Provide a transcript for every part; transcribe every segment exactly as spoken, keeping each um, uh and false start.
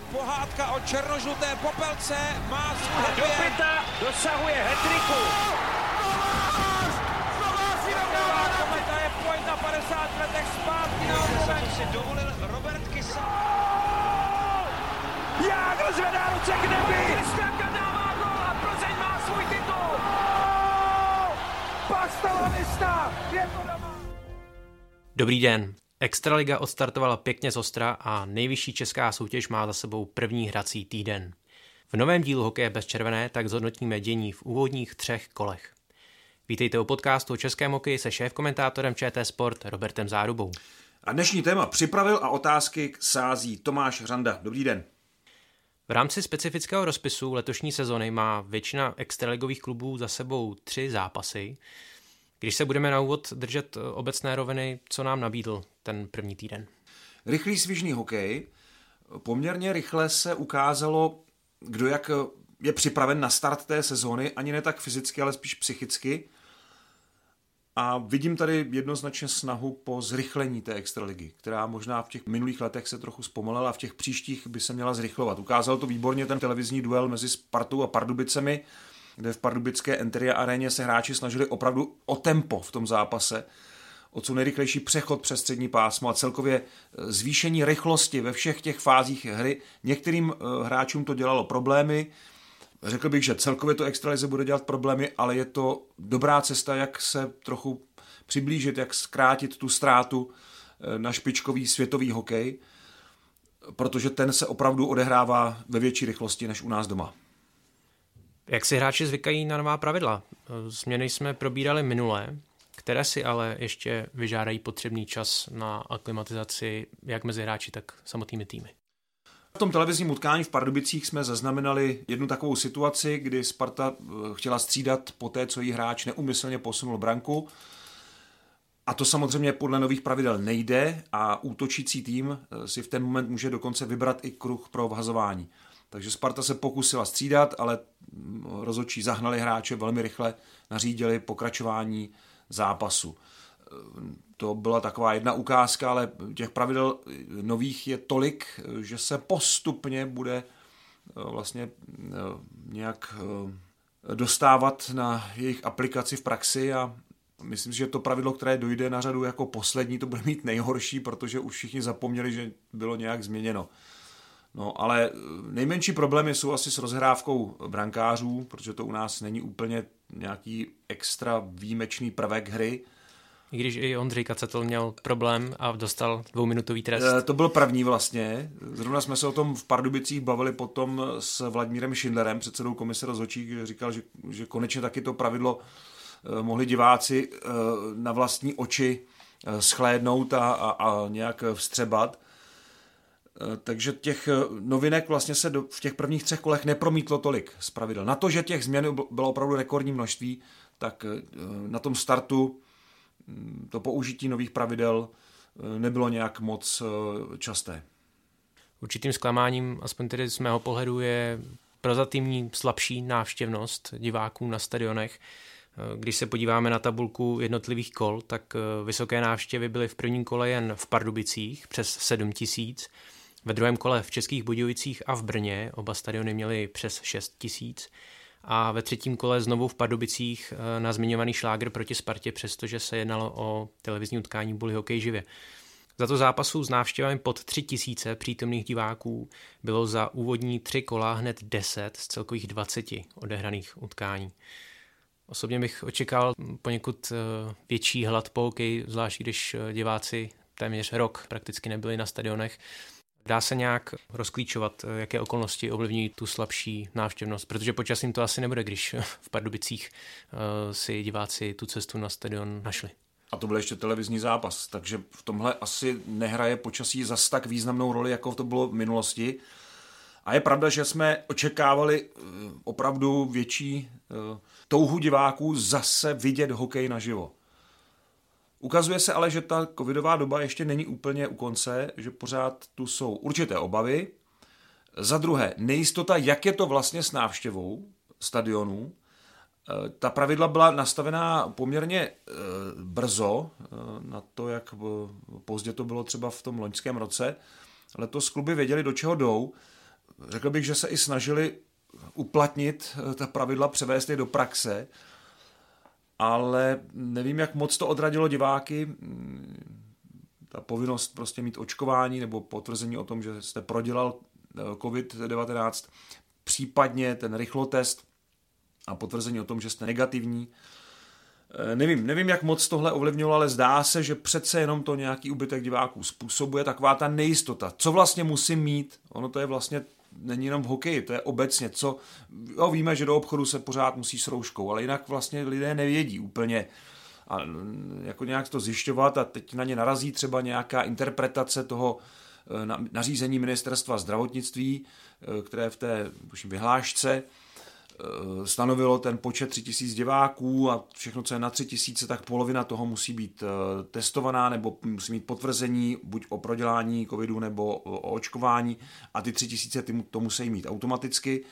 pohádka o černožluté popelce má svůj happy end. Dopita dosahuje hat-tricku. Kometa je pojď na padesát letech zpátky na obloven. Si dovolil Robert Kysa. Jágr zvedá ruce k nebi. Kristianka dává gól a Plzeň má svůj titul. Pasta Lanista, je to doma. Dobrý den. Extraliga odstartovala pěkně zostra a nejvyšší česká soutěž má za sebou první hrací týden. V novém dílu Hokeje bez červené tak zhodnotíme dění v úvodních třech kolech. Vítejte u podcastu o českém hokeji se šéfkomentátorem ČT Sport Robertem Zárubou. A dnešní téma připravil a otázky sází Tomáš Řanda. Dobrý den. V rámci specifického rozpisu letošní sezony má většina extraligových klubů za sebou tři zápasy. Když se budeme na úvod držet obecné roviny, co nám nabídl ten první týden? Rychlý svižný hokej. Poměrně rychle se ukázalo, kdo jak je připraven na start té sezóny, ani ne tak fyzicky, ale spíš psychicky. A vidím tady jednoznačně snahu po zrychlení té extraligy, která možná v těch minulých letech se trochu zpomalila a v těch příštích by se měla zrychlovat. Ukázal to výborně ten televizní duel mezi Spartou a Pardubicemi, kde v pardubické Enteria aréně se hráči snažili opravdu o tempo v tom zápase, o co nejrychlejší přechod přes střední pásmo a celkově zvýšení rychlosti ve všech těch fázích hry. Některým hráčům to dělalo problémy. Řekl bych, že celkově to extralize bude dělat problémy, ale je to dobrá cesta, jak se trochu přiblížit, jak zkrátit tu ztrátu na špičkový světový hokej, protože ten se opravdu odehrává ve větší rychlosti než u nás doma. Jak si hráči zvykají na nová pravidla? Změny jsme probírali minulé, které si ale ještě vyžádají potřebný čas na aklimatizaci jak mezi hráči, tak samotnými týmy. V tom televizním utkání v Pardubicích jsme zaznamenali jednu takovou situaci, kdy Sparta chtěla střídat po té, co jí hráč neúmyslně posunul branku. A to samozřejmě podle nových pravidel nejde a útočící tým si v ten moment může dokonce vybrat i kruh pro vhazování. Takže Sparta se pokusila střídat, ale rozhodčí zahnali hráče, velmi rychle nařídili pokračování zápasu. To byla taková jedna ukázka, ale těch pravidel nových je tolik, že se postupně bude vlastně nějak dostávat na jejich aplikaci v praxi a myslím si, že to pravidlo, které dojde na řadu jako poslední, to bude mít nejhorší, protože už všichni zapomněli, že bylo nějak změněno. No, ale nejmenší problémy jsou asi s rozhrávkou brankářů, protože to u nás není úplně nějaký extra výjimečný prvek hry. I když i Ondřej Kacetl měl problém a dostal dvouminutový trest. E, to byl první vlastně. Zrovna jsme se o tom v Pardubicích bavili potom s Vladimírem Šindlerem, předsedou komise rozhodčích, že říkal, že, že konečně taky to pravidlo e, mohli diváci e, na vlastní oči e, shlédnout a, a, a nějak vstřebat. Takže těch novinek vlastně se do, v těch prvních třech kolech nepromítlo tolik z pravidel. Na to, že těch změn bylo opravdu rekordní množství, tak na tom startu to použití nových pravidel nebylo nějak moc časté. Určitým zklamáním, aspoň tedy z mého pohledu, je prozatímní slabší návštěvnost diváků na stadionech. Když se podíváme na tabulku jednotlivých kol, tak vysoké návštěvy byly v prvním kole jen v Pardubicích přes sedm tisíc, ve druhém kole v Českých Budějovicích a v Brně, oba stadiony měly přes šest tisíc, a ve třetím kole znovu v Pardubicích na zmiňovaný šlágr proti Spartě, přestože se jednalo o televizní utkání Bully hokej živě. Za to zápasů s návštěvami pod tři tisíce přítomných diváků bylo za úvodní tři kola hned deset z celkových dvaceti odehraných utkání. Osobně bych očekával poněkud větší hlad po hokeji, zvlášť když diváci téměř rok prakticky nebyli na stadionech. Dá se nějak rozklíčovat, jaké okolnosti ovlivní tu slabší návštěvnost, protože počasím to asi nebude, když v Pardubicích si diváci tu cestu na stadion našli. A to byl ještě televizní zápas, takže v tomhle asi nehraje počasí zas tak významnou roli, jako to bylo v minulosti. A je pravda, že jsme očekávali opravdu větší touhu diváků zase vidět hokej naživo. Ukazuje se ale, že ta covidová doba ještě není úplně u konce, že pořád tu jsou určité obavy. Za druhé, nejistota, jak je to vlastně s návštěvou stadionů. Ta pravidla byla nastavená poměrně brzo, na to, jak pozdě to bylo třeba v tom loňském roce. Letos kluby věděli, do čeho jdou. řekl bych, že se i snažili uplatnit ta pravidla, převést je do praxe, ale nevím, jak moc to odradilo diváky. Ta povinnost prostě mít očkování nebo potvrzení o tom, že jste prodělal covid devatenáct, případně ten rychlotest a potvrzení o tom, že jste negativní. Nevím, nevím, jak moc tohle ovlivnilo, ale zdá se, že přece jenom to nějaký úbytek diváků způsobuje, taková ta nejistota. Co vlastně musím mít? Ono to je vlastně, není jenom v hokeji, to je obecně. Co, jo, víme, že do obchodu se pořád musí s rouškou, ale jinak vlastně lidé nevědí úplně a jako nějak to zjišťovat a teď na ně narazí třeba nějaká interpretace toho nařízení ministerstva zdravotnictví, které v té vyhlášce stanovilo ten počet tři tisíce diváků a všechno, co je na tři tisíce, tak polovina toho musí být testovaná nebo musí mít potvrzení buď o prodělání covidu nebo o očkování a ty tři tisíce to musí mít automaticky.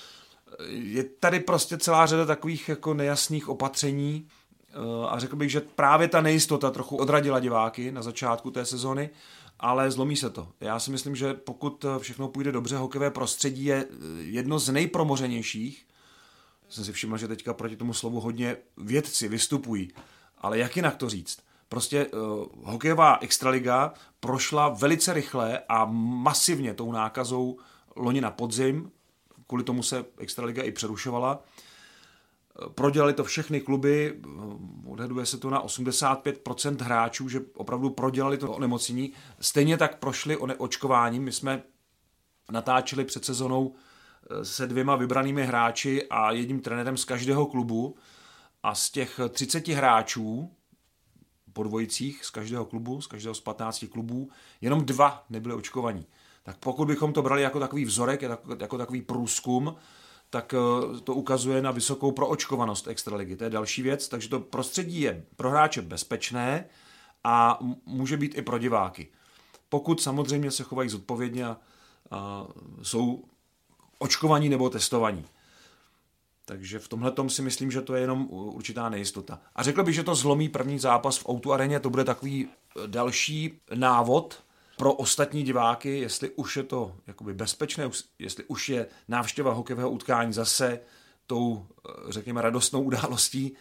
Je tady prostě celá řada takových jako nejasných opatření a řekl bych, že právě ta nejistota trochu odradila diváky na začátku té sezony, ale zlomí se to. Já si myslím, že pokud všechno půjde dobře, hokejové prostředí je jedno z nejpromořenějších. Jsem si všiml, že teďka proti tomu slovu hodně vědci vystupují, ale jak jinak to říct? Prostě uh, hokejová extraliga prošla velice rychle a masivně tou nákazou loni na podzim, kvůli tomu se extraliga i přerušovala. Prodělali to všechny kluby, odhaduje se to na osmdesát pět procent hráčů, že opravdu prodělali to onemocnění. Stejně tak prošli očkováním. My jsme natáčeli před sezónou se dvěma vybranými hráči a jedním trenérem z každého klubu a z těch třiceti hráčů po dvojicích z každého klubu, z každého z patnácti klubů, jenom dva nebyli očkovaní. Tak pokud bychom to brali jako takový vzorek, jako takový průzkum, tak to ukazuje na vysokou proočkovanost extraligy. To je další věc, takže to prostředí je pro hráče bezpečné a může být i pro diváky. Pokud samozřejmě se chovají zodpovědně a, a jsou očkovaní nebo testovaní. Takže v tomhletom si myslím, že to je jenom určitá nejistota. A řekl bych, že to zlomí první zápas v ó dva areně, to bude takový další návod pro ostatní diváky, jestli už je to jakoby bezpečné, jestli už je návštěva hokejového utkání zase tou, řekněme, radostnou událostí,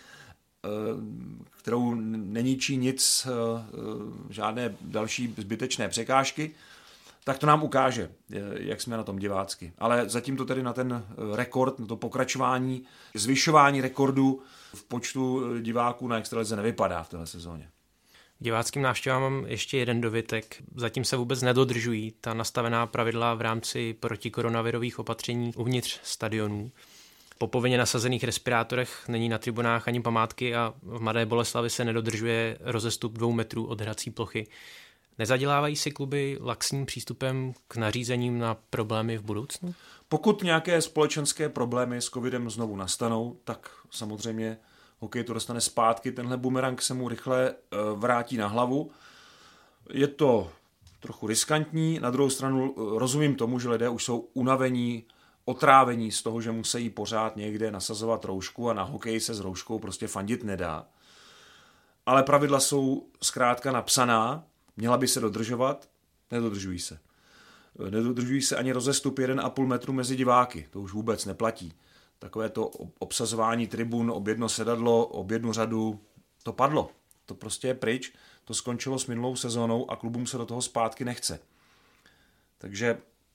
kterou neníčí nic, žádné další zbytečné překážky, tak to nám ukáže, jak jsme na tom divácky. Ale zatím to tedy na ten rekord, na to pokračování, zvyšování rekordu v počtu diváků na extralize nevypadá v téhle sezóně. Diváckým návštěvám mám ještě jeden dovětek. Zatím se vůbec nedodržují ta nastavená pravidla v rámci protikoronavirových opatření uvnitř stadionů. Po povinně nasazených respirátorech není na tribunách ani památky a v Mladé Boleslavi se nedodržuje rozestup dvou metrů od hrací plochy. Nezadělávají si kluby laxním přístupem k nařízením na problémy v budoucnu? Pokud nějaké společenské problémy s covidem znovu nastanou, tak samozřejmě hokej to dostane zpátky, tenhle bumerang se mu rychle vrátí na hlavu. Je to trochu riskantní, na druhou stranu rozumím tomu, že lidé už jsou unavení, otrávení z toho, že musí pořád někde nasazovat roušku a na hokej se s rouškou prostě fandit nedá. Ale pravidla jsou zkrátka napsaná, měla by se dodržovat, nedodržují se. Nedodržují se ani rozestup jeden a půl metru mezi diváky, to už vůbec neplatí. Takové to obsazování tribun, ob jedno sedadlo, ob jednu řadu, to padlo. To prostě je pryč, to skončilo s minulou sezónou a klubům se do toho zpátky nechce. Takže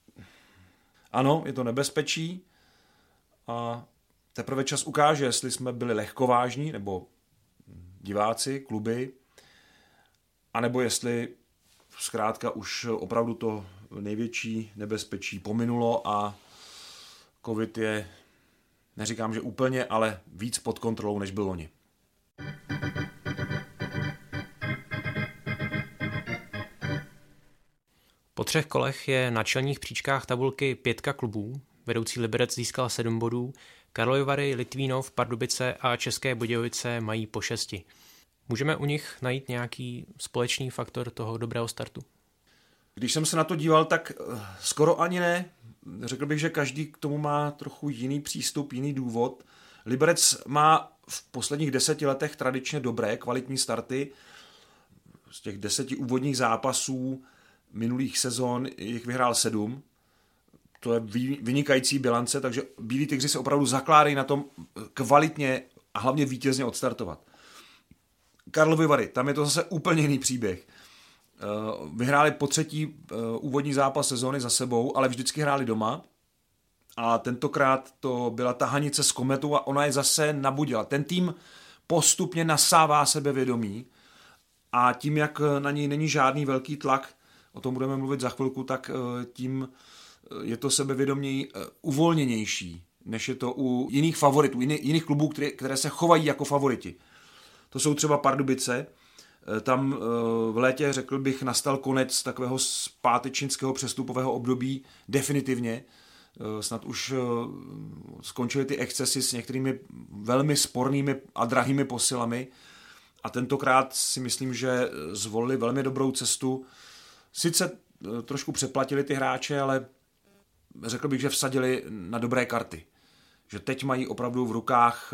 ano, je to nebezpečí a teprve čas ukáže, jestli jsme byli lehkovážní, nebo diváci, kluby, anebo jestli zkrátka už opravdu to největší nebezpečí pominulo a covid je, neříkám, že úplně, ale víc pod kontrolou, než byl loni. Po třech kolech je na čelních příčkách tabulky pětka klubů. Vedoucí Liberec získal sedm bodů, Karlovy Vary, Litvínov, Pardubice a České Budějovice mají po šesti. Můžeme u nich najít nějaký společný faktor toho dobrého startu? Když jsem se na to díval, tak skoro ani ne. Řekl bych, že každý k tomu má trochu jiný přístup, jiný důvod. Liberec má v posledních deseti letech tradičně dobré, kvalitní starty. Z těch deseti úvodních zápasů minulých sezon jich vyhrál sedm. to je vynikající bilance, takže Bílí tygři se opravdu zakládají na tom kvalitně a hlavně vítězně odstartovat. Karlovy Vary, tam je to zase úplně jiný příběh. Vyhráli po třetí úvodní zápas sezóny za sebou, ale vždycky hráli doma a tentokrát to byla tahanice s kometou a ona je zase nabudila. Ten tým postupně nasává sebevědomí a tím, jak na něj není žádný velký tlak, o tom budeme mluvit za chvilku, tak tím je to sebevědomí uvolněnější, než je to u jiných favoritů, jiných klubů, které, které se chovají jako favoriti. To jsou třeba Pardubice. Tam v létě, řekl bych, nastal konec takového zpátečnického přestupového období definitivně. Snad už skončily ty excesy s některými velmi spornými a drahými posilami a tentokrát si myslím, že zvolili velmi dobrou cestu. Sice trošku přeplatili ty hráče, ale řekl bych, že vsadili na dobré karty. Že teď mají opravdu v rukách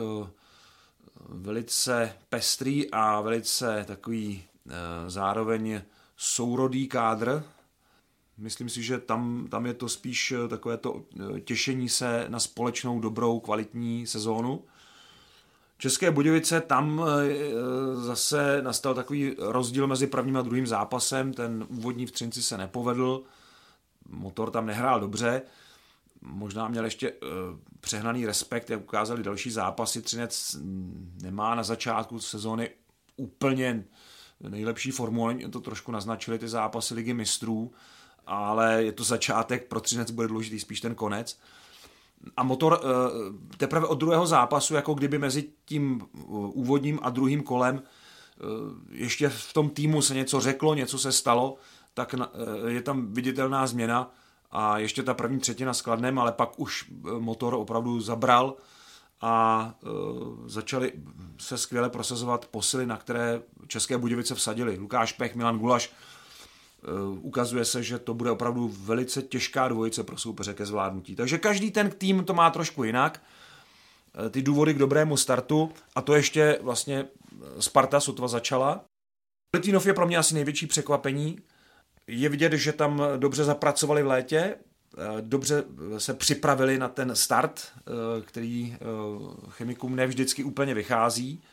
velice pestrý a velice takový zároveň sourodý kádr. Myslím si, že tam, tam je to spíš takové to těšení se na společnou dobrou kvalitní sezónu. České Budějovice, tam zase nastal takový rozdíl mezi prvním a druhým zápasem. Ten úvodní v Třinci se nepovedl, Motor tam nehrál dobře, možná měl ještě přehnaný respekt, jak ukázali další zápasy. Třinec nemá na začátku sezóny úplně nejlepší formu, oni to trošku naznačili ty zápasy Ligy mistrů, ale je to začátek, pro Třinec bude důležitý spíš ten konec. A Motor teprve od druhého zápasu, jako kdyby mezi tím úvodním a druhým kolem ještě v tom týmu se něco řeklo, něco se stalo, tak je tam viditelná změna a ještě ta první třetina s Kladnem, ale pak už Motor opravdu zabral a začali se skvěle prosazovat posily, na které České Budějovice vsadili. Lukáš Pech, Milan Gulaš. Ukazuje se, že to bude opravdu velice těžká dvojice pro soupeře ke zvládnutí. Takže každý ten tým to má trošku jinak. Ty důvody k dobrému startu, a to ještě vlastně Sparta sotva začala. Litvínov je pro mě asi největší překvapení. Je vidět, že tam dobře zapracovali v létě, dobře se připravili na ten start, který chemikům nevždycky úplně vychází.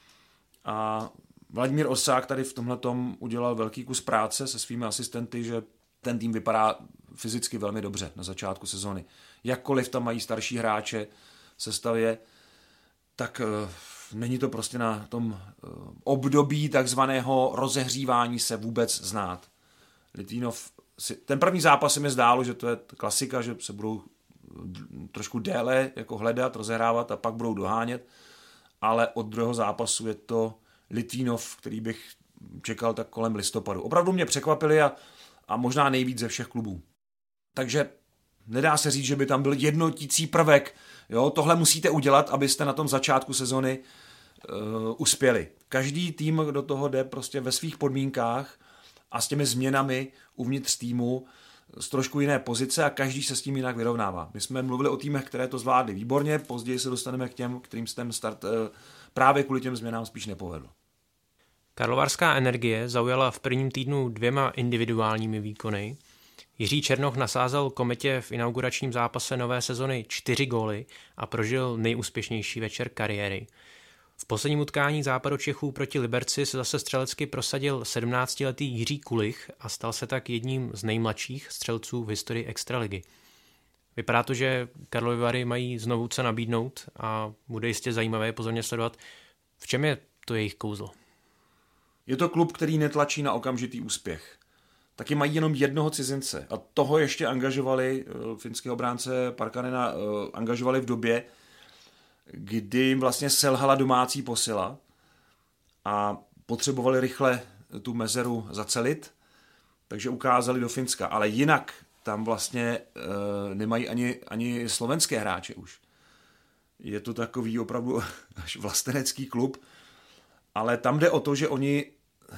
A Vladimír Osák tady v tomhletom udělal velký kus práce se svými asistenty, že ten tým vypadá fyzicky velmi dobře na začátku sezony. Jakkoliv tam mají starší hráče v sestavě, tak uh, není to prostě na tom uh, období takzvaného rozehřívání se vůbec znát. Litvínov, si, ten první zápas se mi zdálo, že to je klasika, že se budou trošku déle jako hledat, rozehrávat a pak budou dohánět, ale od druhého zápasu je to Litvínov, který bych čekal tak kolem listopadu. Opravdu mě překvapili a, a možná nejvíc ze všech klubů. Takže nedá se říct, že by tam byl jednotící prvek. Jo, tohle musíte udělat, abyste na tom začátku sezony uh, uspěli. Každý tým do toho jde prostě ve svých podmínkách a s těmi změnami uvnitř týmu z trošku jiné pozice a každý se s tím jinak vyrovnává. My jsme mluvili o týmech, které to zvládly výborně, později se dostaneme k těm, kterým se ten start uh, právě kvůli těm změnám spíš nepovedl. Karlovarská Energie zaujala v prvním týdnu dvěma individuálními výkony. Jiří Černoch nasázel Kometě v inauguračním zápase nové sezony čtyři góly a prožil nejúspěšnější večer kariéry. V posledním utkání Západočechů proti Liberci se zase střelecky prosadil sedmnáctiletý Jiří Kulich a stal se tak jedním z nejmladších střelců v historii extraligy. Vypadá to, že Karlovy Vary mají znovu co nabídnout a bude jistě zajímavé pozorně sledovat. V čem je to jejich kouzlo? Je to klub, který netlačí na okamžitý úspěch. Taky mají jenom jednoho cizince a toho ještě angažovali, finského obránce Parkanena angažovali v době, kdy jim vlastně selhala domácí posila a potřebovali rychle tu mezeru zacelit, takže ukázali do Finska. Ale jinak tam vlastně e, nemají ani, ani slovenské hráče už. Je to takový opravdu až vlastenecký klub, ale tam jde o to, že oni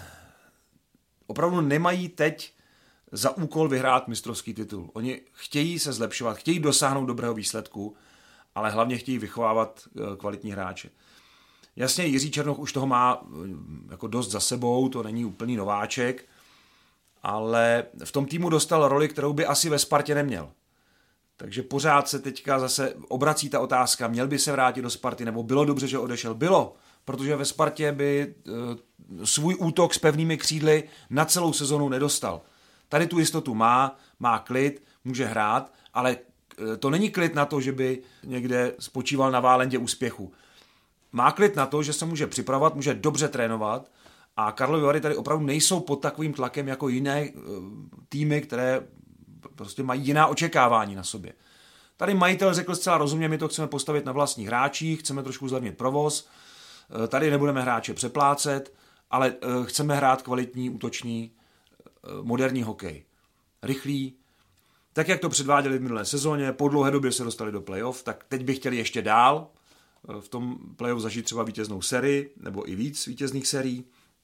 opravdu nemají teď za úkol vyhrát mistrovský titul. Oni chtějí se zlepšovat, chtějí dosáhnout dobrého výsledku, ale hlavně chtějí vychovávat kvalitní hráče. Jasně, Jiří Černoch už toho má jako dost za sebou, to není úplný nováček, ale v tom týmu dostal roli, kterou by asi ve Spartě neměl. Takže pořád se teďka zase obrací ta otázka, měl by se vrátit do Sparty, nebo bylo dobře, že odešel? Bylo, protože ve Spartě by svůj útok s pevnými křídly na celou sezonu nedostal. Tady tu jistotu má, má klid, může hrát, ale to není klid na to, že by někde spočíval na válendě úspěchu. Má klid na to, že se může připravovat, může dobře trénovat a Karlovy Vary tady opravdu nejsou pod takovým tlakem jako jiné týmy, které prostě mají jiná očekávání na sobě. Tady majitel řekl zcela rozumně, my to chceme postavit na vlastních hráčích, chceme trošku zlevnit provoz, tady nebudeme hráče přeplácet, ale chceme hrát kvalitní, útočný, moderní hokej. Rychlý, tak jak to předváděli v minulé sezóně, po dlouhé době se dostali do playoff, tak teď by chtěli ještě dál v tom playoff zažít třeba vítěznou sérii, nebo i víc vítězných sérií.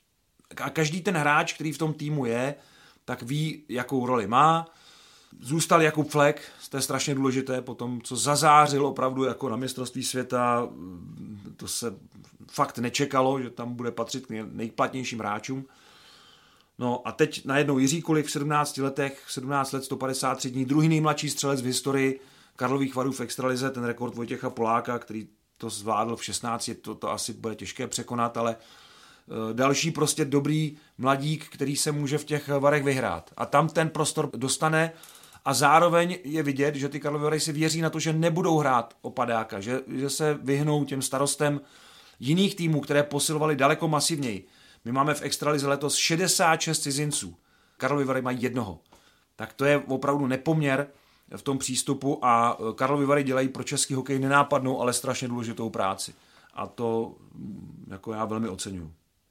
A každý ten hráč, který v tom týmu je, tak ví, jakou roli má. Zůstal Jakub Flek, to je strašně důležité, po tom, co zazářil opravdu jako na mistrovství světa, to se fakt nečekalo, že tam bude patřit k nejplatnějším hráčům. No a teď najednou Jiří Kulik v sedmnácti letech, sedmnáct let, sto padesát tři dní, druhý nejmladší střelec v historii Karlových Varů v extralize, ten rekord Vojtěcha Poláka, který to zvládl v šestnácti, to, to asi bude těžké překonat, ale další prostě dobrý mladík, který se může v těch Varech vyhrát. A tam ten prostor dostane a zároveň je vidět, že ty Karlovy Vary si věří na to, že nebudou hrát o padáka, že, že se vyhnou těm starostem jiných týmů, které posilovaly daleko masivněji. My máme v extralize letos šedesát šest cizinců. Karlovy Vary mají jednoho. Tak to je opravdu nepoměr v tom přístupu a Karlovy Vary dělají pro český hokej nenápadnou, ale strašně důležitou práci. A to jako já velmi oceňuji.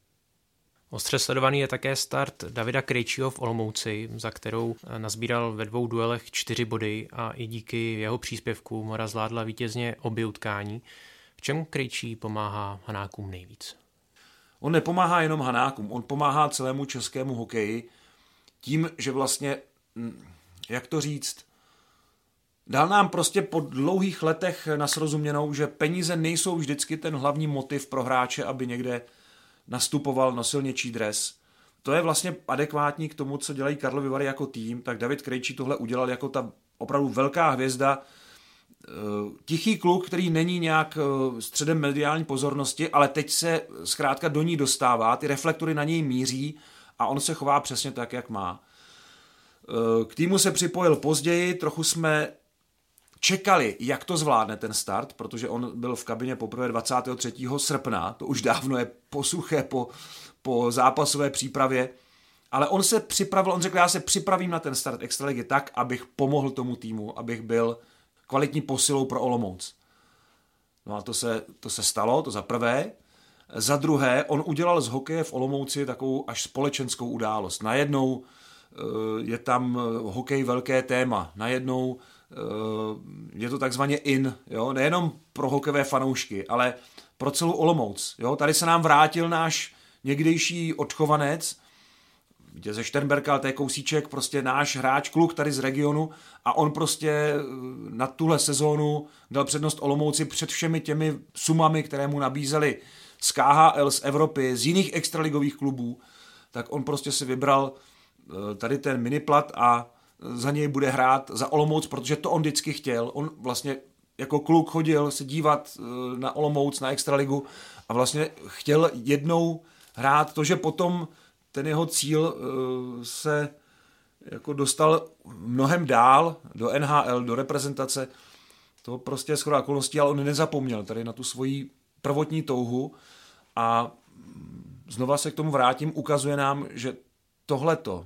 Ostře sledovaný je také start Davida Krejčího v Olomouci, za kterou nazbíral ve dvou duelech čtyři body a i díky jeho příspěvku Mora zvládla vítězně obě utkání. V čem Krejčí pomáhá Hanákům nejvíc? On nepomáhá jenom Hanákům, on pomáhá celému českému hokeji tím, že vlastně, jak to říct, dal nám prostě po dlouhých letech nasrozuměnou, že peníze nejsou vždycky ten hlavní motiv pro hráče, aby někde nastupoval, nosil něčí dres. To je vlastně adekvátní k tomu, co dělají Karlovy Vary jako tým, tak David Krejčí tohle udělal jako ta opravdu velká hvězda, tichý kluk, který není nějak středem mediální pozornosti, ale teď se zkrátka do ní dostává, ty reflektory na něj míří a on se chová přesně tak, jak má. K týmu se připojil později, trochu jsme čekali, jak to zvládne ten start, protože on byl v kabině poprvé dvacátého třetího srpna, to už dávno je posuché po, po zápasové přípravě, ale on se připravil, on řekl, já se připravím na ten start extraligy tak, abych pomohl tomu týmu, abych byl kvalitní posilou pro Olomouc. No a to se, to se stalo, to za prvé. Za druhé, on udělal z hokeje v Olomouci takovou až společenskou událost. Najednou je tam hokej velké téma, najednou je to takzvaně in, jo? Nejenom pro hokejové fanoušky, ale pro celou Olomouc. Jo? Tady se nám vrátil náš někdejší odchovanec, ze Šternberka, to je kousíček, prostě náš hráč, kluk tady z regionu a on prostě na tuhle sezónu dal přednost Olomouci před všemi těmi sumami, které mu nabízeli z K H L, z Evropy, z jiných extraligových klubů, tak on prostě si vybral tady ten miniplat a za něj bude hrát za Olomouc, protože to on vždycky chtěl. On vlastně jako kluk chodil se dívat na Olomouc, na extraligu a vlastně chtěl jednou hrát to, že potom ten jeho cíl se jako dostal mnohem dál do N H L, do reprezentace. To prostě je shodou okolností, ale on nezapomněl tady na tu svoji prvotní touhu a znova se k tomu vrátím, ukazuje nám, že tohleto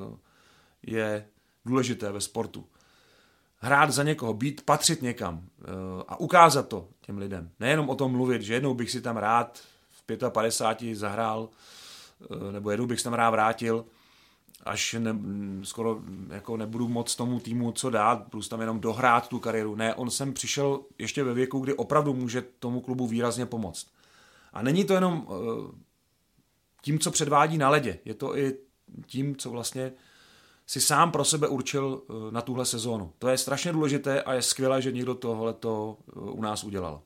je důležité ve sportu. Hrát za někoho, být, patřit někam a ukázat to těm lidem. Nejenom o tom mluvit, že jednou bych si tam rád v padesáti pěti zahrál, nebo jednou bych se tam rád vrátil, až ne, skoro jako nebudu moc tomu týmu co dát, budu tam jenom dohrát tu kariéru. Ne, on sem přišel ještě ve věku, kdy opravdu může tomu klubu výrazně pomoct. A není to jenom tím, co předvádí na ledě, je to i tím, co vlastně si sám pro sebe určil na tuhle sezónu. To je strašně důležité a je skvělé, že někdo tohleto u nás udělal.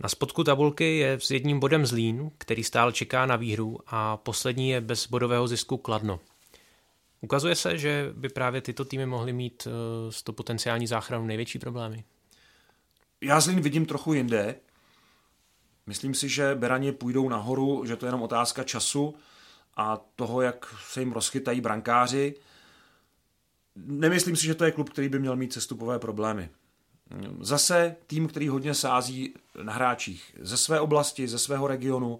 Na spodku tabulky je s jedním bodem Zlín, který stále čeká na výhru, a poslední je bez bodového zisku Kladno. Ukazuje se, že by právě tyto týmy mohly mít s tou potenciální záchranou největší problémy. Já Zlín vidím trochu jinde. Myslím si, že Berani půjdou nahoru, že to je jenom otázka času a toho, jak se jim rozchytají brankáři. Nemyslím si, že to je klub, který by měl mít sestupové problémy. Zase tým, který hodně sází na hráčích ze své oblasti, ze svého regionu.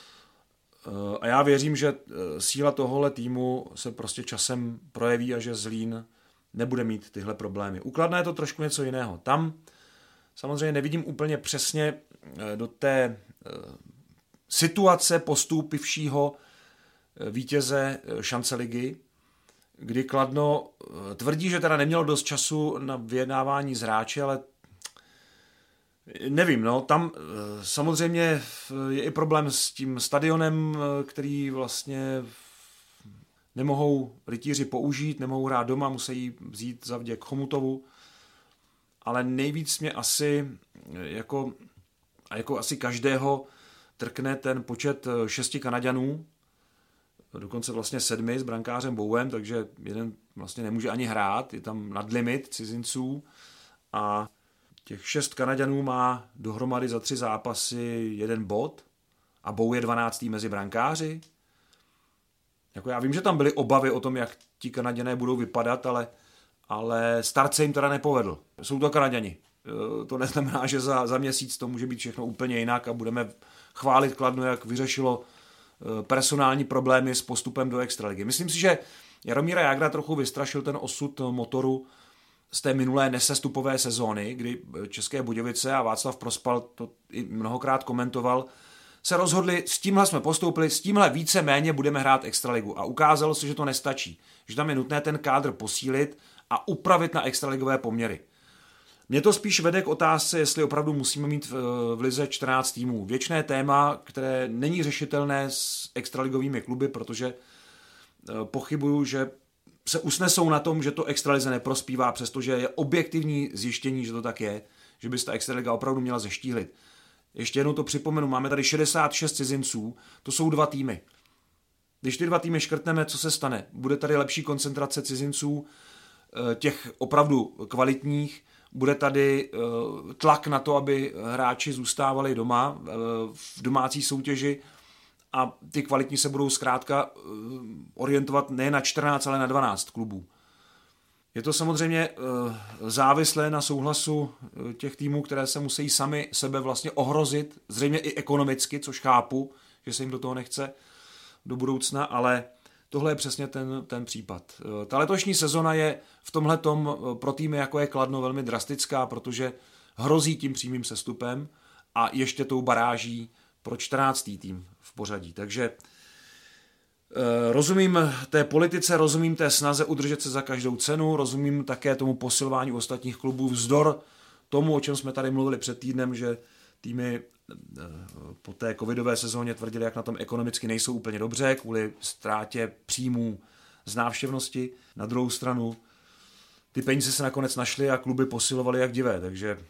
A já věřím, že síla tohohle týmu se prostě časem projeví a že Zlín nebude mít tyhle problémy. U Kladna je to trošku něco jiného. Tam samozřejmě nevidím úplně přesně do té situace postupivšího vítěze šance ligy, kdy Kladno tvrdí, že teda nemělo dost času na vyjednávání s hráči, ale nevím, no, tam samozřejmě je i problém s tím stadionem, který vlastně nemohou rytíři použít, nemohou hrát doma, musí vzít za vděk Chomutovu, ale nejvíc mě asi jako, a jako asi každého trkne ten počet šesti Kanaďanů, dokonce vlastně sedmi s brankářem Bowem, takže jeden vlastně nemůže ani hrát, je tam nadlimit cizinců a těch šest Kanaďanů má dohromady za tři zápasy jeden bod a Bow je dvanáctý mezi brankáři. Jako já vím, že tam byly obavy o tom, jak ti Kanaďané budou vypadat, ale, ale start se jim teda nepovedl. Jsou to Kanaďani. To neznamená, že za, za měsíc to může být všechno úplně jinak a budeme chválit Kladno, jak vyřešilo personální problémy s postupem do extraligy. Myslím si, že Jaromíra Jágra trochu vystrašil ten osud Motoru z té minulé nesestupové sezóny, kdy České Budějovice, a Václav Prospal to i mnohokrát komentoval, se rozhodli, s tímhle jsme postoupili, s tímhle více méně budeme hrát extraligu. A ukázalo se, že to nestačí. Že tam je nutné ten kádr posílit a upravit na extraligové poměry. Mě to spíš vede k otázce, jestli opravdu musíme mít v lize čtrnáct týmů. Věčné téma, které není řešitelné s extraligovými kluby, protože pochybuju, že se usnesou na tom, že to extralize neprospívá, přestože je objektivní zjištění, že to tak je, že by se ta extraliga opravdu měla zeštíhlit. Ještě jednou to připomenu, máme tady šedesát šest cizinců, to jsou dva týmy. Když ty dva týmy škrtneme, co se stane? Bude tady lepší koncentrace cizinců, těch opravdu kvalitních, bude tady tlak na to, aby hráči zůstávali doma v domácí soutěži a ty kvalitní se budou zkrátka orientovat ne na čtrnáct, ale na dvanáct klubů. Je to samozřejmě závislé na souhlasu těch týmů, které se musí sami sebe vlastně ohrozit, zřejmě i ekonomicky, což chápu, že se jim do toho nechce do budoucna, ale tohle je přesně ten, ten případ. Ta letošní sezona je v tomhletom pro týmy, jako je Kladno, velmi drastická, protože hrozí tím přímým sestupem a ještě tou baráží pro čtrnáctý tým v pořadí. Takže rozumím té politice, rozumím té snaze udržet se za každou cenu, rozumím také tomu posilování ostatních klubů vzdor tomu, o čem jsme tady mluvili před týdnem, že týmy po té covidové sezóně tvrdili, jak na tom ekonomicky nejsou úplně dobře, kvůli ztrátě příjmů z návštěvnosti. Na druhou stranu ty peníze se nakonec našly a kluby posilovaly jak divé, takže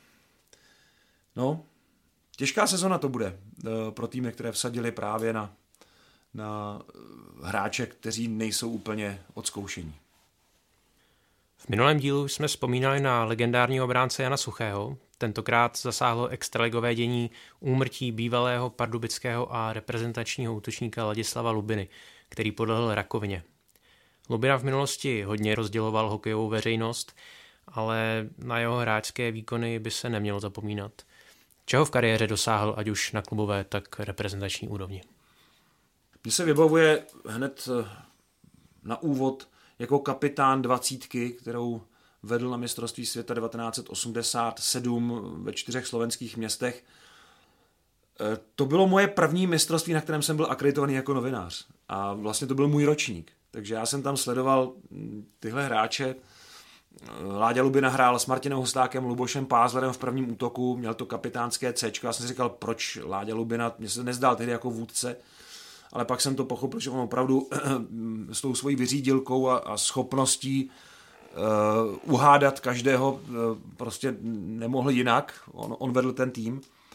no, těžká sezona to bude pro týmy, které vsadili právě na, na hráče, kteří nejsou úplně odzkoušení. V minulém dílu jsme vzpomínali na legendárního obránce Jana Suchého. Tentokrát zasáhlo extraligové dění úmrtí bývalého pardubického a reprezentačního útočníka Ladislava Lubiny, který podlehl rakovině. Lubina v minulosti hodně rozděloval hokejovou veřejnost, ale na jeho hráčské výkony by se nemělo zapomínat. Čeho v kariéře dosáhl, ať už na klubové, tak reprezentační úrovni? Mně se vybavuje hned na úvod jako kapitán dvacítky, kterou vedl na mistrovství světa devatenáct set osmdesát sedm ve čtyřech slovenských městech. To bylo moje první mistrovství, na kterém jsem byl akreditovaný jako novinář. A vlastně to byl můj ročník. Takže já jsem tam sledoval tyhle hráče. Láďa Lubina hrál s Martinem Hustákem, Lubošem Pázlerem v prvním útoku, měl to kapitánské céčko. Já jsem si říkal, proč Láďa Lubina, mně se nezdál tehdy jako vůdce, ale pak jsem to pochopil, že on opravdu s tou svojí vyřídilkou a, a schopností uh, uhádat každého uh, prostě nemohl jinak. On, on vedl ten tým.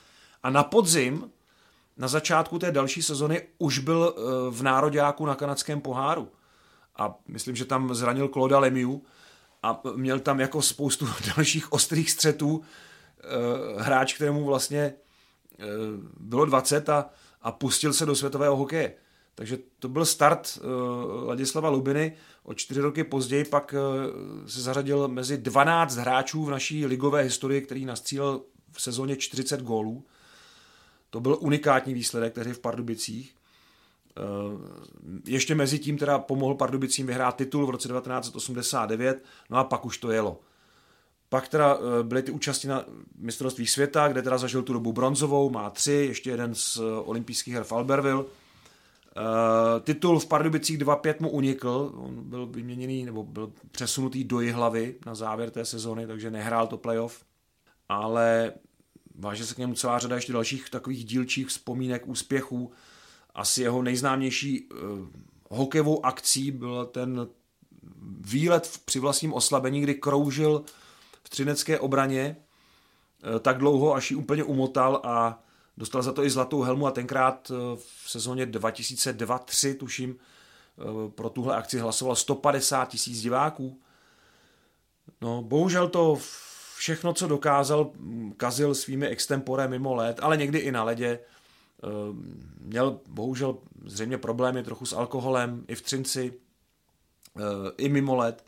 A na podzim, na začátku té další sezony, už byl v nároďáku na kanadském poháru. A myslím, že tam zranil Clauda Lemieux a měl tam jako spoustu dalších ostrých střetů hráč, kterému vlastně bylo dvacet a, a pustil se do světového hokeje. Takže to byl start Ladislava Lubiny. O čtyři roky později pak se zařadil mezi dvanáct hráčů v naší ligové historii, který nastřílel v sezóně čtyřicet gólů. To byl unikátní výsledek tehdy v Pardubicích. Ještě mezi tím teda pomohl Pardubicím vyhrát titul v roce devatenáct set osmdesát devět, no a pak už to jelo. Pak teda byly ty účasti na mistrovství světa, kde teda zažil tu dobu bronzovou, má tři, ještě jeden z olympijských her v Albertville. Titul v Pardubicích dva pět mu unikl, on byl vyměněný nebo byl přesunutý do Jihlavy na závěr té sezony, takže nehrál to playoff, ale váže se k němu celá řada ještě dalších takových dílčích vzpomínek, úspěchů. Asi jeho nejznámější uh, hokejovou akcí byl ten výlet při vlastním oslabení, kdy kroužil v třinecké obraně uh, tak dlouho, až ji úplně umotal a dostal za to i zlatou helmu a tenkrát uh, v sezóně dva tisíce dva tři, tuším, uh, pro tuhle akci hlasovalo sto padesát tisíc diváků. No, bohužel to všechno, co dokázal, kazil svými extempore mimo led, ale někdy i na ledě. Měl bohužel zřejmě problémy trochu s alkoholem i v Třinci, i mimo led.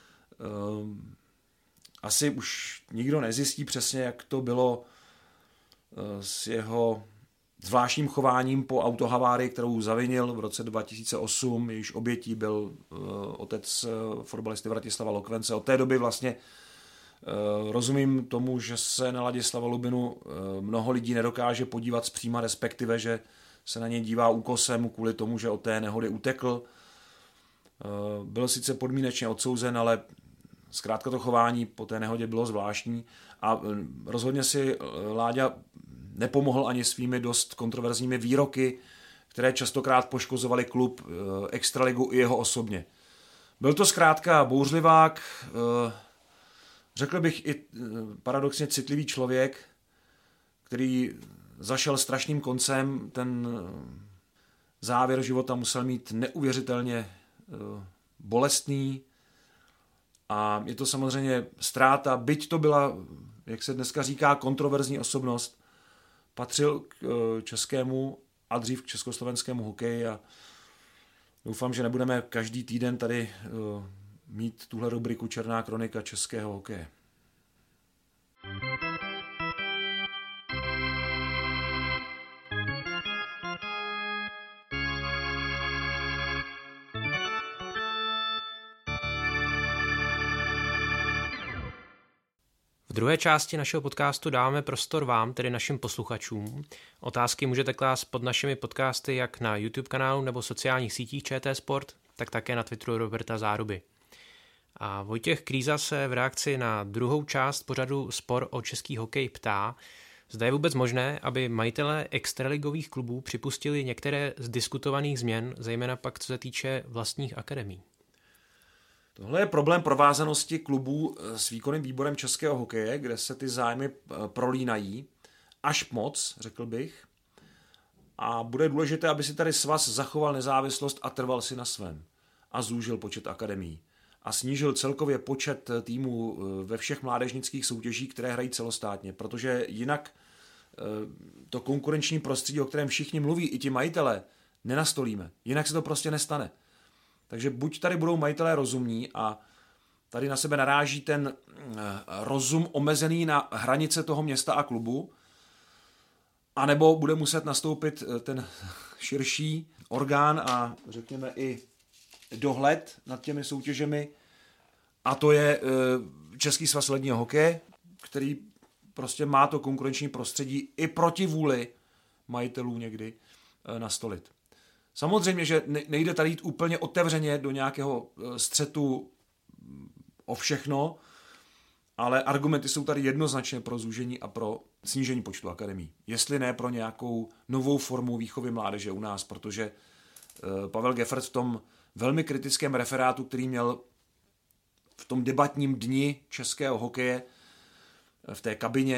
Asi už nikdo nezjistí přesně, jak to bylo s jeho zvláštním chováním po autohavárii, kterou zavinil v roce dva tisíce osm, jejíž obětí byl otec fotbalisty Vratislava Lokvence. Od té doby vlastně rozumím tomu, že se na Ladislava Lubinu mnoho lidí nedokáže podívat zpříma, respektive, že se na něj dívá úkosem kvůli tomu, že od té nehody utekl. Byl sice podmínečně odsouzen, ale zkrátka to chování po té nehodě bylo zvláštní a rozhodně si Láďa nepomohl ani svými dost kontroverzními výroky, které častokrát poškozovaly klub, extraligu i jeho osobně. Byl to zkrátka bouřlivák, řekl bych i paradoxně citlivý člověk, který zašel strašným koncem, ten závěr života musel mít neuvěřitelně bolestný a je to samozřejmě ztráta, byť to byla, jak se dneska říká, kontroverzní osobnost, patřil k českému a dřív k československému hokeji a doufám, že nebudeme každý týden tady mít tuhle rubriku Černá kronika českého hokeje. V druhé části našeho podcastu dáváme prostor vám, tedy našim posluchačům. Otázky můžete klást pod našimi podcasty jak na YouTube kanálu nebo sociálních sítích ČT Sport, tak také na Twitteru Roberta Záruby. A Vojtěch Krýza se v reakci na druhou část pořadu Spor o český hokej ptá, zda je vůbec možné, aby majitelé extraligových klubů připustili některé z diskutovaných změn, zejména pak co se týče vlastních akademií. Tohle je problém provázanosti klubů s výkonným výborem českého hokeje, kde se ty zájmy prolínají až moc, řekl bych. A bude důležité, aby si tady svaz zachoval nezávislost a trval si na svém. A zúžil počet akademií. A snížil celkově počet týmů ve všech mládežnických soutěžích, které hrají celostátně. Protože jinak to konkurenční prostředí, o kterém všichni mluví, i ti majitelé, nenastolíme. Jinak se to prostě nestane. Takže buď tady budou majitelé rozumní a tady na sebe naráží ten rozum omezený na hranice toho města a klubu, anebo bude muset nastoupit ten širší orgán a řekněme i dohled nad těmi soutěžemi, a to je Český svaz ledního hokeje, který prostě má to konkurenční prostředí i proti vůli majitelů někdy nastolit. Samozřejmě, že nejde tady jít úplně otevřeně do nějakého střetu o všechno, ale argumenty jsou tady jednoznačně pro zúžení a pro snížení počtu akademií. Jestli ne pro nějakou novou formu výchovy mládeže u nás, protože Pavel Geffert v tom velmi kritickém referátu, který měl v tom debatním dni českého hokeje v té kabině,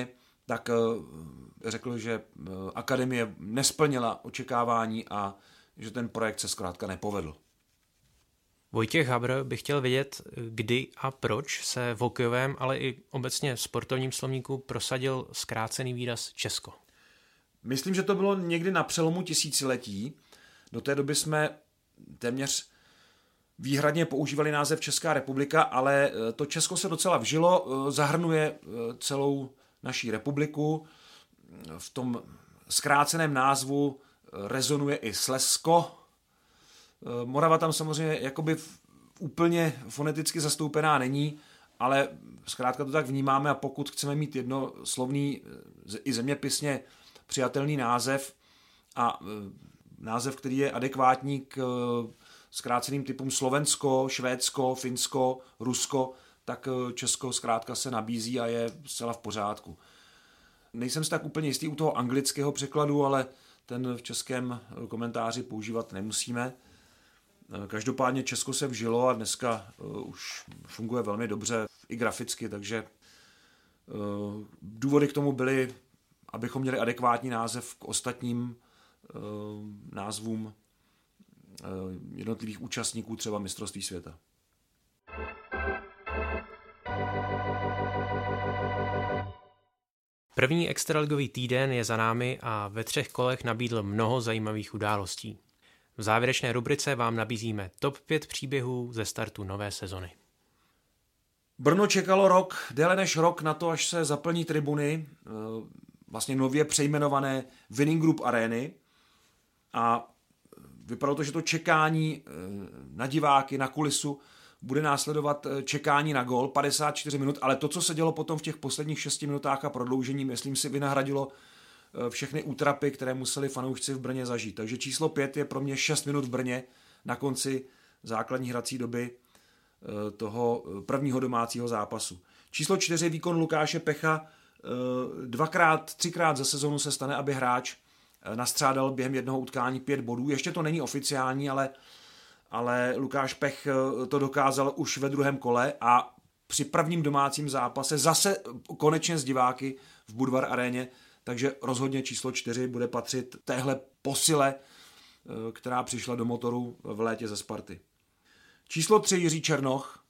tak řekl, že akademie nesplnila očekávání a že ten projekt se zkrátka nepovedl. Vojtěch Habr by chtěl vědět, kdy a proč se v hokejovém, ale i obecně sportovním slovníku prosadil zkrácený výraz Česko. Myslím, že to bylo někdy na přelomu tisíciletí. Do té doby jsme téměř výhradně používali název Česká republika, ale to Česko se docela vžilo, zahrnuje celou naší republiku. V tom zkráceném názvu rezonuje i Slezsko. Morava tam samozřejmě jakoby úplně foneticky zastoupená není, ale zkrátka to tak vnímáme a pokud chceme mít jednoslovný i zeměpisně přijatelný název a název, který je adekvátní k zkráceným typům Slovensko, Švédsko, Finsko, Rusko, tak Česko zkrátka se nabízí a je zcela v pořádku. Nejsem si tak úplně jistý u toho anglického překladu, ale ten v českém komentáři používat nemusíme. Každopádně Česko se vžilo a dneska už funguje velmi dobře i graficky, takže důvody k tomu byly, abychom měli adekvátní název k ostatním názvům jednotlivých účastníků třeba mistrovství světa. První extraligový týden je za námi a ve třech kolech nabídl mnoho zajímavých událostí. V závěrečné rubrice vám nabízíme top pět příběhů ze startu nové sezony. Brno čekalo rok, déle než rok na to, až se zaplní tribuny, vlastně nově přejmenované Winning Group Areny, a vypadalo to, že to čekání na diváky, na kulisu, bude následovat čekání na gól, padesát čtyři minut, ale to, co se dělo potom v těch posledních šesti minutách a prodloužení, myslím si, vynahradilo všechny útrapy, které museli fanoušci v Brně zažít. Takže číslo pět je pro mě šest minut v Brně na konci základní hrací doby toho prvního domácího zápasu. Číslo čtyři, výkon Lukáše Pecha. Dvakrát, třikrát za sezonu se stane, aby hráč nastřádal během jednoho utkání pět bodů. Ještě to není oficiální, ale, ale Lukáš Pech to dokázal už ve druhém kole a při prvním domácím zápase zase konečně s diváky v Budvar aréně, takže rozhodně číslo čtyři bude patřit téhle posile, která přišla do Motoru v létě ze Sparty. Číslo tři, Jiří Černoch.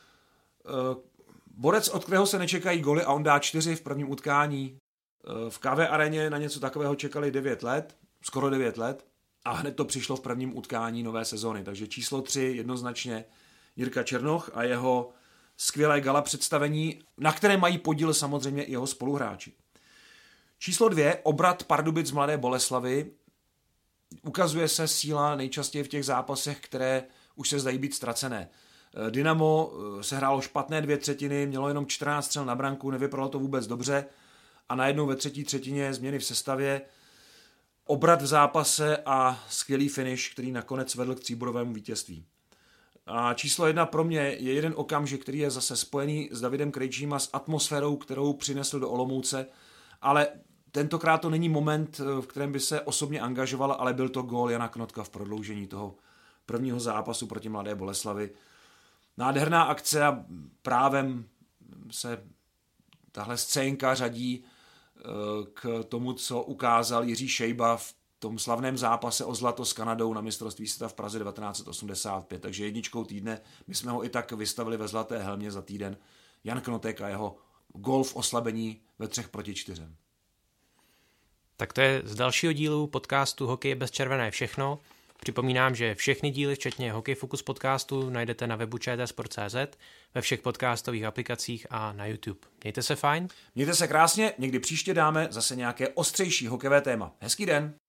Borec, od kterého se nečekají goly a on dá čtyři v prvním utkání. V ká vé aréně na něco takového čekali devět let, skoro devět let, a hned to přišlo v prvním utkání nové sezony. Takže číslo tři jednoznačně Jirka Černoch a jeho skvělé gala představení, na které mají podíl samozřejmě i jeho spoluhráči. Číslo dvě, obrat Pardubic z Mladé Boleslavi. Ukazuje se síla nejčastěji v těch zápasech, které už se zdají být ztracené. Dynamo se hrálo špatné dvě třetiny, mělo jenom čtrnáct střel na branku, nevypadalo to vůbec dobře a najednou ve třetí třetině změny v sestavě, obrat v zápase a skvělý finish, který nakonec vedl k tříbodovému vítězství. A číslo jedna pro mě je jeden okamžik, který je zase spojený s Davidem Krejčím a s atmosférou, kterou přinesl do Olomouce, ale tentokrát to není moment, v kterém by se osobně angažoval, ale byl to gól Jana Knotka v prodloužení toho prvního zápasu proti Mladé Boleslavi. Nádherná akce a právem se tahle scénka řadí k tomu, co ukázal Jiří Šejba v tom slavném zápase o zlato s Kanadou na mistrovství světa v Praze devatenáct set osmdesát pět. Takže jedničkou týdne, my jsme ho i tak vystavili ve zlaté helmě za týden. Jan Knotek a jeho gól v oslabení ve třech proti čtyřem. Tak to je z dalšího dílu podcastu Hokej bez červené všechno. Připomínám, že všechny díly, včetně Hokej Focus podcastu, najdete na webu č t sport tečka cé zet, ve všech podcastových aplikacích a na YouTube. Mějte se fajn. Mějte se krásně, někdy příště dáme zase nějaké ostřejší hokejové téma. Hezký den.